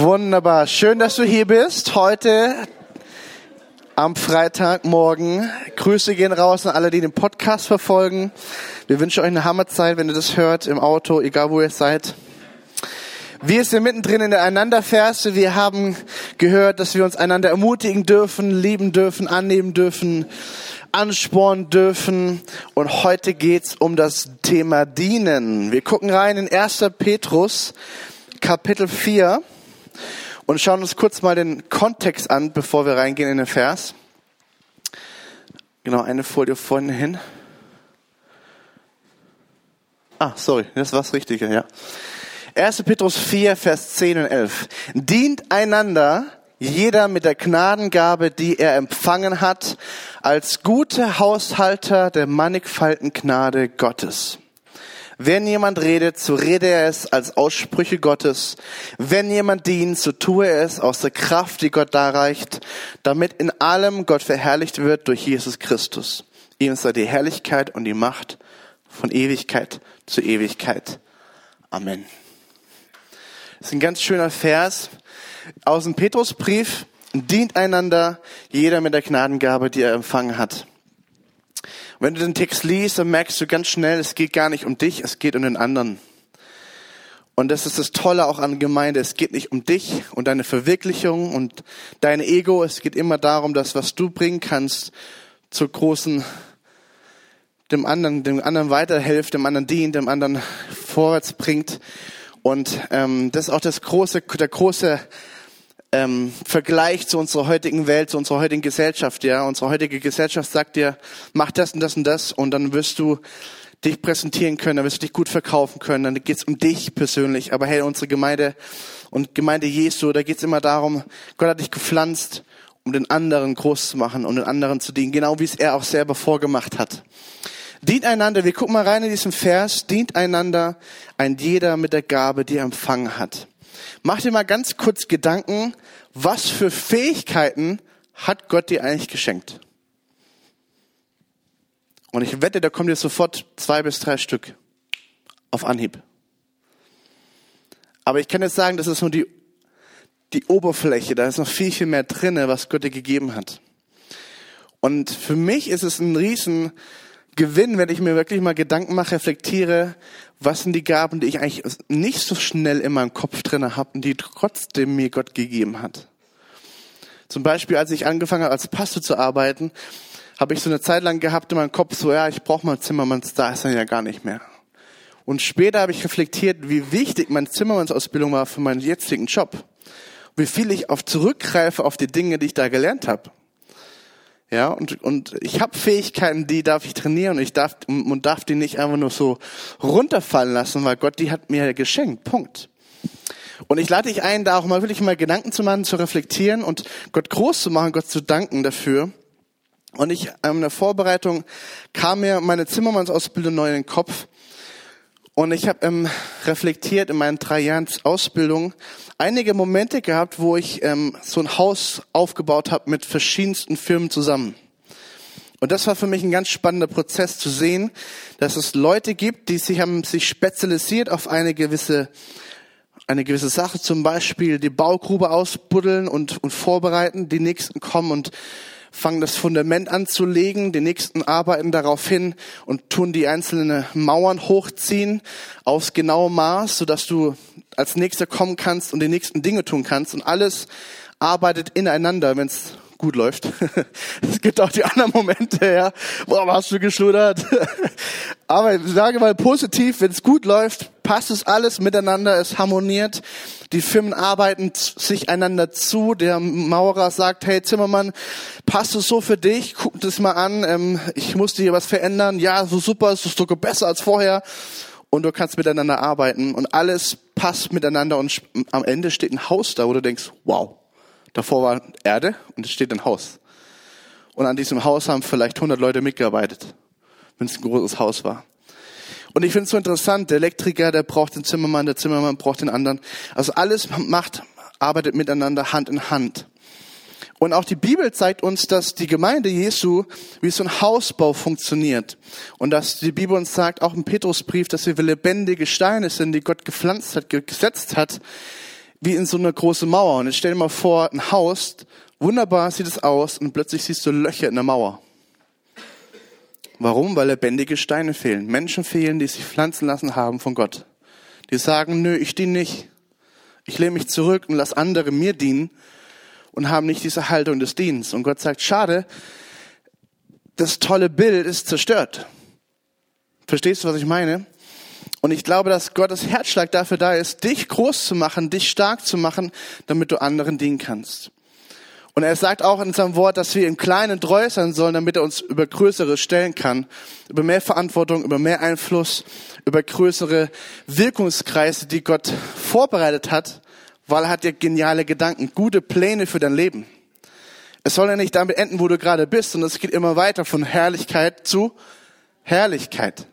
Wunderbar. Schön, dass du hier bist. Heute am Freitagmorgen. Grüße gehen raus an alle, die den Podcast verfolgen. Wir wünschen euch eine Hammerzeit, wenn ihr das hört, im Auto, egal wo ihr seid. Wir sind mittendrin in der Einanderverse. Wir haben gehört, dass wir uns einander ermutigen dürfen, lieben dürfen, annehmen dürfen, anspornen dürfen. Und heute geht's um das Thema Dienen. Wir gucken rein in 1. Petrus, Kapitel 4 und schauen uns kurz mal den Kontext an, bevor wir reingehen in den Vers. Genau, eine Folie vorne hin. Sorry, das war das Richtige, ja. 1. Petrus 4, Vers 10 und 11. Dient einander, jeder mit der Gnadengabe, die er empfangen hat, als gute Haushalter der mannigfaltigen Gnade Gottes. Wenn jemand redet, so rede er es als Aussprüche Gottes. Wenn jemand dient, so tue er es aus der Kraft, die Gott darreicht, damit in allem Gott verherrlicht wird durch Jesus Christus. Ihm sei die Herrlichkeit und die Macht von Ewigkeit zu Ewigkeit. Amen. Das ist ein ganz schöner Vers aus dem Petrusbrief. Dient einander, jeder mit der Gnadengabe, die er empfangen hat. Wenn du den Text liest, dann merkst du ganz schnell, es geht gar nicht um dich, es geht um den anderen. Und das ist das Tolle auch an Gemeinde. Es geht nicht um dich und deine Verwirklichung und dein Ego. Es geht immer darum, dass was du bringen kannst zur großen, dem anderen weiterhilft, dem anderen dient, dem anderen vorwärts bringt. Und das ist auch der große Vergleich zu unserer heutigen Welt, zu unserer heutigen Gesellschaft. Ja, unsere heutige Gesellschaft sagt dir, mach das und das und das, und dann wirst du dich präsentieren können, dann wirst du dich gut verkaufen können. Dann geht's um dich persönlich. Aber hey, unsere Gemeinde und Gemeinde Jesu, da geht's immer darum, Gott hat dich gepflanzt, um den anderen groß zu machen, um den anderen zu dienen, genau wie es er auch selber vorgemacht hat. Dient einander, wir gucken mal rein in diesen Vers, dient einander, ein jeder mit der Gabe, die er empfangen hat. Mach dir mal ganz kurz Gedanken, was für Fähigkeiten hat Gott dir eigentlich geschenkt? Und ich wette, da kommen dir sofort 2 bis 3 Stück auf Anhieb. Aber ich kann jetzt sagen, das ist nur die Oberfläche, da ist noch viel, viel mehr drinne, was Gott dir gegeben hat. Und für mich ist es ein Riesengewinn, wenn ich mir wirklich mal Gedanken mache, reflektiere, was sind die Gaben, die ich eigentlich nicht so schnell in meinem Kopf drin habe und die trotzdem mir Gott gegeben hat. Zum Beispiel, als ich angefangen habe, als Pastor zu arbeiten, habe ich so eine Zeit lang gehabt in meinem Kopf, so ich brauche mal Zimmermanns, da ist er ja gar nicht mehr. Und später habe ich reflektiert, wie wichtig meine Zimmermannsausbildung war für meinen jetzigen Job. Wie viel ich zurückgreife auf die Dinge, die ich da gelernt habe. Ja, und ich habe Fähigkeiten, die darf ich trainieren, und ich darf die nicht einfach nur so runterfallen lassen, weil Gott die hat mir geschenkt. Punkt. Und ich lade dich ein, da auch mal wirklich mal Gedanken zu machen, zu reflektieren und Gott groß zu machen, Gott zu danken dafür. Und in der Vorbereitung kam mir meine Zimmermannsausbildung neu in den Kopf. Und ich habe reflektiert in meinen 3 Jahren Ausbildung einige Momente gehabt, wo ich so ein Haus aufgebaut habe mit verschiedensten Firmen zusammen. Und das war für mich ein ganz spannender Prozess zu sehen, dass es Leute gibt, die haben sich spezialisiert auf eine gewisse Sache, zum Beispiel die Baugrube ausbuddeln und vorbereiten. Die nächsten kommen und fangen das Fundament an zu legen, die nächsten arbeiten darauf hin und tun die einzelnen Mauern hochziehen aufs genaue Maß, sodass du als Nächster kommen kannst und die nächsten Dinge tun kannst. Und alles arbeitet ineinander, wenn es gut läuft. Es gibt auch die anderen Momente, ja. Boah, hast du geschludert? Aber ich sage mal positiv, wenn es gut läuft, passt es alles miteinander, es harmoniert. Die Firmen arbeiten sich einander zu. Der Maurer sagt, hey Zimmermann, passt es so für dich? Guck das mal an. Ich musste hier was verändern. Ja, so super, es ist sogar besser als vorher. Und du kannst miteinander arbeiten und alles passt miteinander, und am Ende steht ein Haus da, wo du denkst, wow. Davor war Erde und es steht ein Haus. Und an diesem Haus haben vielleicht 100 Leute mitgearbeitet, wenn es ein großes Haus war. Und ich finde es so interessant, der Elektriker, der braucht den Zimmermann, der Zimmermann braucht den anderen. Also alles arbeitet miteinander Hand in Hand. Und auch die Bibel zeigt uns, dass die Gemeinde Jesu wie so ein Hausbau funktioniert. Und dass die Bibel uns sagt, auch im Petrusbrief, dass wir lebendige Steine sind, die Gott gepflanzt hat, gesetzt hat, wie in so einer großen Mauer. Und jetzt stell dir mal vor, ein Haus, wunderbar sieht es aus und plötzlich siehst du Löcher in der Mauer. Warum? Weil lebendige Steine fehlen. Menschen fehlen, die sich pflanzen lassen haben von Gott. Die sagen, nö, ich diene nicht. Ich lehne mich zurück und lass andere mir dienen und haben nicht diese Haltung des Dienstes. Und Gott sagt, schade, das tolle Bild ist zerstört. Verstehst du, was ich meine? Und ich glaube, dass Gottes Herzschlag dafür da ist, dich groß zu machen, dich stark zu machen, damit du anderen dienen kannst. Und er sagt auch in seinem Wort, dass wir im Kleinen treu sein sollen, damit er uns über Größeres stellen kann. Über mehr Verantwortung, über mehr Einfluss, über größere Wirkungskreise, die Gott vorbereitet hat, weil er hat ja geniale Gedanken, gute Pläne für dein Leben. Es soll ja nicht damit enden, wo du gerade bist, sondern es geht immer weiter von Herrlichkeit zu Herrlichkeit.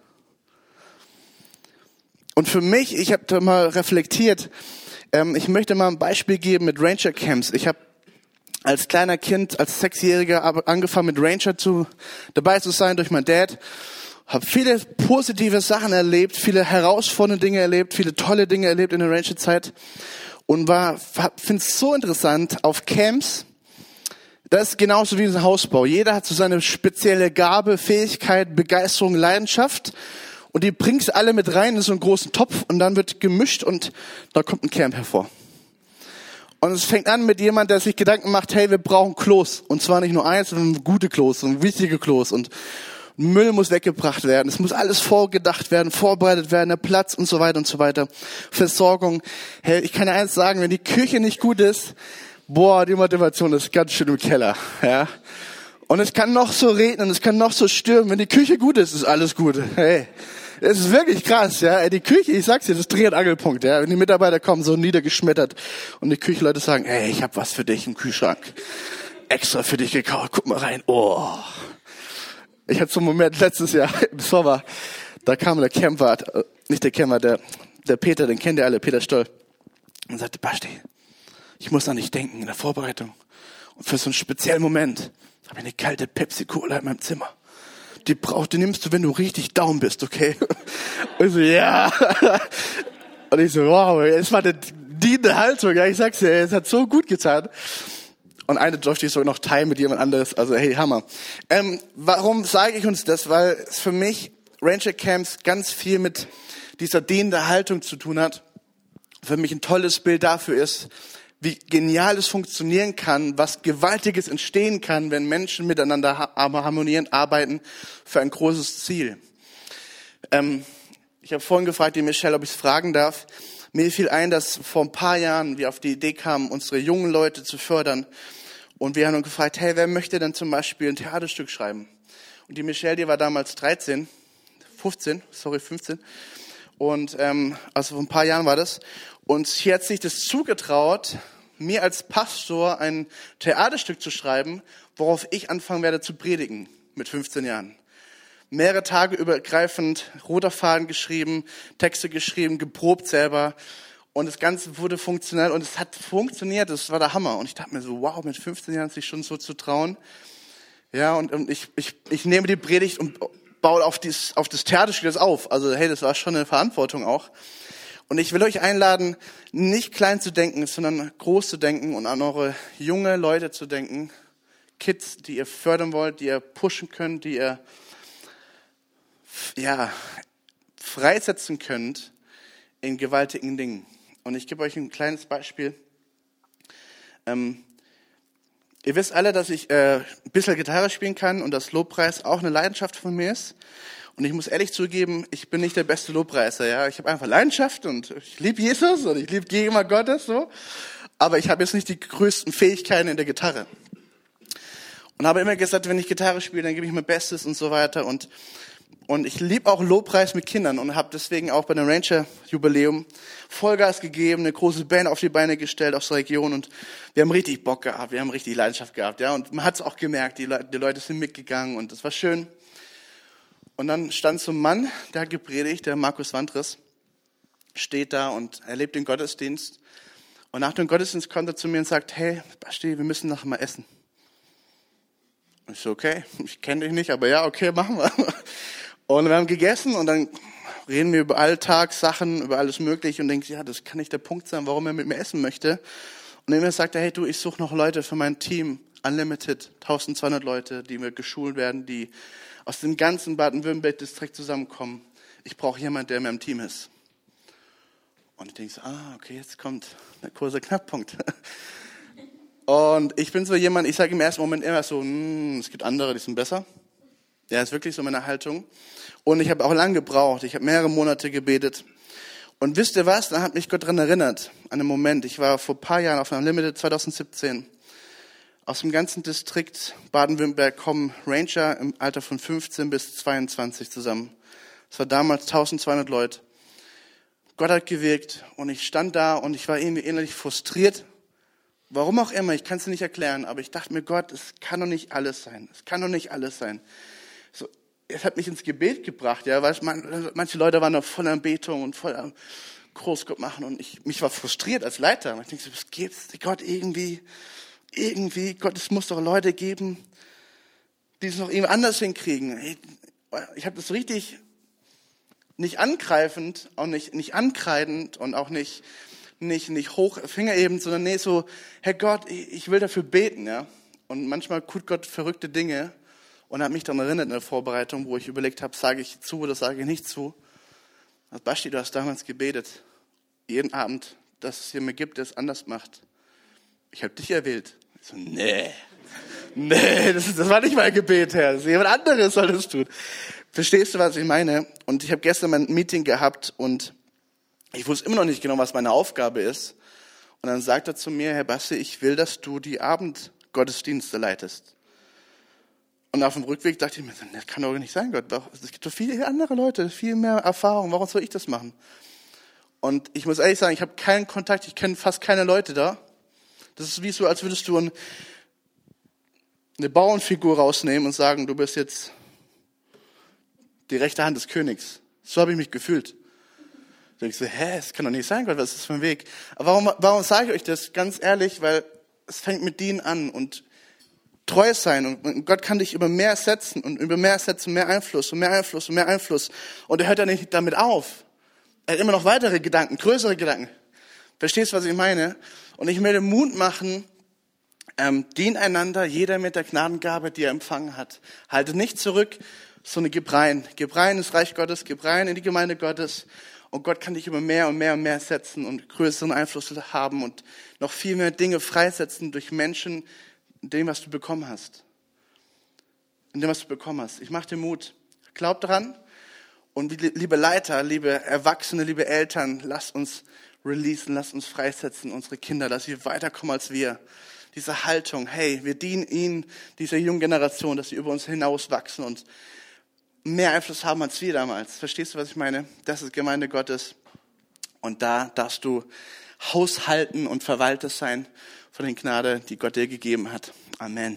Und für mich, ich habe da mal reflektiert, ich möchte mal ein Beispiel geben mit Ranger Camps. Ich habe als kleiner Kind, als 6-Jähriger angefangen mit Ranger dabei zu sein durch meinen Dad. Habe viele positive Sachen erlebt, viele herausfordernde Dinge erlebt, viele tolle Dinge erlebt in der Ranger-Zeit. Und finde es so interessant, auf Camps, das ist genauso wie ein Hausbau. Jeder hat so seine spezielle Gabe, Fähigkeit, Begeisterung, Leidenschaft. Und die bringst alle mit rein in so einen großen Topf und dann wird gemischt und da kommt ein Camp hervor. Und es fängt an mit jemand, der sich Gedanken macht, hey, wir brauchen Klos. Und zwar nicht nur eins, sondern gute Klos und wichtige Klos. Und Müll muss weggebracht werden. Es muss alles vorgedacht werden, vorbereitet werden, der Platz und so weiter und so weiter. Versorgung. Hey, ich kann dir eins sagen, wenn die Küche nicht gut ist, die Motivation ist ganz schön im Keller. Ja. Und es kann noch so regnen, es kann noch so stürmen. Wenn die Küche gut ist, ist alles gut. Hey. Es ist wirklich krass, ja. Die Küche, ich sag's dir, das ist Dreh- und Angelpunkt, ja. Wenn die Mitarbeiter kommen, so niedergeschmettert und die Küchenleute sagen, ey, ich hab was für dich im Kühlschrank. Extra für dich gekauft, guck mal rein. Oh. Ich hatte so einen Moment letztes Jahr im Sommer, da kam der Camper, nicht der Camper, der Peter, den kennt ihr alle, Peter Stoll. Und sagte, Basti, ich muss an dich denken in der Vorbereitung. Und für so einen speziellen Moment habe ich eine kalte Pepsi-Cola in meinem Zimmer. Die nimmst du, wenn du richtig down bist, okay? Und ich so, ja. Und ich so, wow, es war eine dienende Haltung. Ja, ich sag's dir, es hat so gut getan. Und eine durfte ich sogar noch teilen mit jemand anderes. Also, hey, Hammer. Warum sage ich uns das? Weil es für mich Ranger Camps ganz viel mit dieser dienenden Haltung zu tun hat. Für mich ein tolles Bild dafür ist, wie genial es funktionieren kann, was Gewaltiges entstehen kann, wenn Menschen miteinander harmonierend arbeiten für ein großes Ziel. Ich habe vorhin gefragt, die Michelle, ob ich es fragen darf. Mir fiel ein, dass vor ein paar Jahren wir auf die Idee kamen, unsere jungen Leute zu fördern. Und wir haben uns gefragt, hey, wer möchte denn zum Beispiel ein Theaterstück schreiben? Und die Michelle, die war damals 15. Und also vor ein paar Jahren war das. Und sie hat sich das zugetraut, mir als Pastor ein Theaterstück zu schreiben, worauf ich anfangen werde zu predigen mit 15 Jahren. Mehrere Tage übergreifend, roter Faden geschrieben, Texte geschrieben, geprobt selber. Und das Ganze wurde funktionell und es hat funktioniert, das war der Hammer. Und ich dachte mir so, wow, mit 15 Jahren sich schon so zu trauen. Ja, und ich nehme die Predigt und baue auf das Theaterstück auf. Also hey, das war schon eine Verantwortung auch. Und ich will euch einladen, nicht klein zu denken, sondern groß zu denken und an eure junge Leute zu denken. Kids, die ihr fördern wollt, die ihr pushen könnt, die ihr freisetzen könnt in gewaltigen Dingen. Und ich gebe euch ein kleines Beispiel. Ihr wisst alle, dass ich ein bisschen Gitarre spielen kann und dass Lobpreis auch eine Leidenschaft von mir ist. Und ich muss ehrlich zugeben, ich bin nicht der beste Lobpreiser. Ja, ich habe einfach Leidenschaft und ich liebe Jesus und ich liebe die Gegenwart Gottes so. Aber ich habe jetzt nicht die größten Fähigkeiten in der Gitarre. Und habe immer gesagt, wenn ich Gitarre spiele, dann gebe ich mein Bestes und so weiter. Und ich liebe auch Lobpreis mit Kindern und habe deswegen auch bei dem Ranger-Jubiläum Vollgas gegeben, eine große Band auf die Beine gestellt aus der Region und wir haben richtig Bock gehabt, wir haben richtig Leidenschaft gehabt, ja. Und man hat es auch gemerkt, die Leute sind mitgegangen und das war schön. Und dann stand so ein Mann, der hat gepredigt, der Markus Wandres, steht da und erlebt den Gottesdienst. Und nach dem Gottesdienst kommt er zu mir und sagt, hey, Basti, wir müssen nachher mal essen. Und ich so, okay, ich kenne dich nicht, aber ja, okay, machen wir. Und wir haben gegessen und dann reden wir über Alltagssachen, über alles Mögliche und denkst, ja, das kann nicht der Punkt sein, warum er mit mir essen möchte. Und irgendwann sagt er, hey du, ich suche noch Leute für mein Team, Unlimited, 1200 Leute, die mir geschult werden, die aus dem ganzen Baden-Württemberg-Distrikt zusammenkommen. Ich brauche jemanden, der in meinem Team ist. Und ich denke so, okay, jetzt kommt der große Knackpunkt. Und ich bin so jemand, ich sage im ersten Moment immer so, es gibt andere, die sind besser. Ja, ist wirklich so meine Haltung. Und ich habe auch lange gebraucht. Ich habe mehrere Monate gebetet. Und wisst ihr was? Da hat mich Gott daran erinnert, an einen Moment. Ich war vor ein paar Jahren auf einer Unlimited 2017. Aus dem ganzen Distrikt Baden-Württemberg kommen Ranger im Alter von 15 bis 22 zusammen. Es war damals 1200 Leute. Gott hat gewirkt und ich stand da und ich war irgendwie innerlich frustriert. Warum auch immer, ich kann es nicht erklären, aber ich dachte mir, Gott, es kann doch nicht alles sein. Es kann doch nicht alles sein. So, es hat mich ins Gebet gebracht, ja, weil manche Leute waren noch voll Anbetung und voll am Großgott machen und mich war frustriert als Leiter. Und ich denke so, was gibt's? Gott, irgendwie, Gott, es muss doch Leute geben, die es noch irgendwie anders hinkriegen. Ich habe das richtig nicht angreifend, auch nicht ankreidend und auch nicht hoch fingerhebend, sondern nee, so, Herr Gott, ich will dafür beten, ja. Und manchmal tut Gott verrückte Dinge und hat mich daran erinnert in der Vorbereitung, wo ich überlegt habe, sage ich zu oder sage ich nicht zu. Also Basti, du hast damals gebetet, jeden Abend, dass es jemand gibt, der es anders macht. Ich habe dich erwählt. Ich so, nee, das war nicht mein Gebet, Herr. Das ist jemand anderes soll das tun. Verstehst du, was ich meine? Und ich habe gestern mein Meeting gehabt und ich wusste immer noch nicht genau, was meine Aufgabe ist. Und dann sagt er zu mir, Herr Basti, ich will, dass du die Abendgottesdienste leitest. Und auf dem Rückweg dachte ich mir, das kann doch nicht sein, Gott. Es gibt doch viele andere Leute, viel mehr Erfahrung. Warum soll ich das machen? Und ich muss ehrlich sagen, ich habe keinen Kontakt, ich kenne fast keine Leute da. Das ist wie so, als würdest du eine Bauernfigur rausnehmen und sagen, du bist jetzt die rechte Hand des Königs. So habe ich mich gefühlt. Da denke ich so, das kann doch nicht sein, Gott, was ist das für ein Weg? Aber warum sage ich euch das? Ganz ehrlich, weil es fängt mit Dienen an und treu sein und Gott kann dich über mehr setzen und über mehr setzen, mehr Einfluss und mehr Einfluss und mehr Einfluss. Und er hört ja nicht damit auf. Er hat immer noch weitere Gedanken, größere Gedanken. Verstehst du, was ich meine? Und ich möchte Mut machen, dient einander, jeder mit der Gnadengabe, die er empfangen hat. Halte nicht zurück, sondern gib rein. Gib rein ins Reich Gottes, gib rein in die Gemeinde Gottes. Und Gott kann dich immer mehr und mehr und mehr setzen und größeren Einfluss haben und noch viel mehr Dinge freisetzen durch Menschen, in dem, was du bekommen hast. In dem, was du bekommen hast. Ich mache dir Mut. Glaub dran. Und liebe Leiter, liebe Erwachsene, liebe Eltern, lasst uns releasen, lasst uns freisetzen, unsere Kinder, dass sie weiterkommen als wir. Diese Haltung, hey, wir dienen ihnen, dieser jungen Generation, dass sie über uns hinaus wachsen und mehr Einfluss haben als wir damals. Verstehst du, was ich meine? Das ist Gemeinde Gottes. Und da darfst du haushalten und Verwalter sein von den Gnade, die Gott dir gegeben hat. Amen.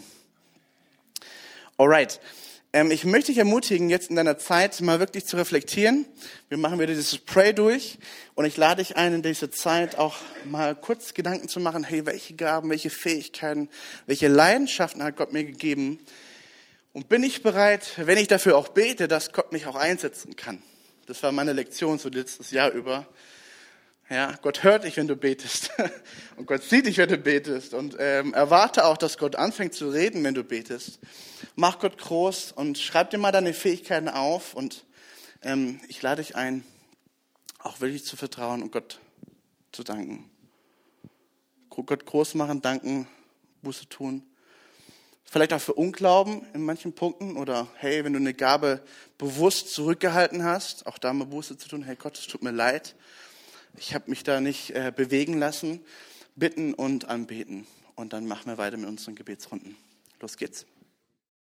Alright. Ich möchte dich ermutigen, jetzt in deiner Zeit mal wirklich zu reflektieren. Wir machen wieder dieses Pray durch. Und ich lade dich ein, in dieser Zeit auch mal kurz Gedanken zu machen. Hey, welche Gaben, welche Fähigkeiten, welche Leidenschaften hat Gott mir gegeben? Und bin ich bereit, wenn ich dafür auch bete, dass Gott mich auch einsetzen kann? Das war meine Lektion so letztes Jahr über. Ja, Gott hört dich, wenn du betest. Und Gott sieht dich, wenn du betest. Und erwarte auch, dass Gott anfängt zu reden, wenn du betest. Mach Gott groß und schreib dir mal deine Fähigkeiten auf. Und ich lade dich ein, auch wirklich zu vertrauen und Gott zu danken. Gott groß machen, danken, Buße tun. Vielleicht auch für Unglauben in manchen Punkten oder hey, wenn du eine Gabe bewusst zurückgehalten hast, auch da mal Buße zu tun, hey Gott, es tut mir leid, ich habe mich da nicht bewegen lassen, bitten und anbeten und dann machen wir weiter mit unseren Gebetsrunden. Los geht's.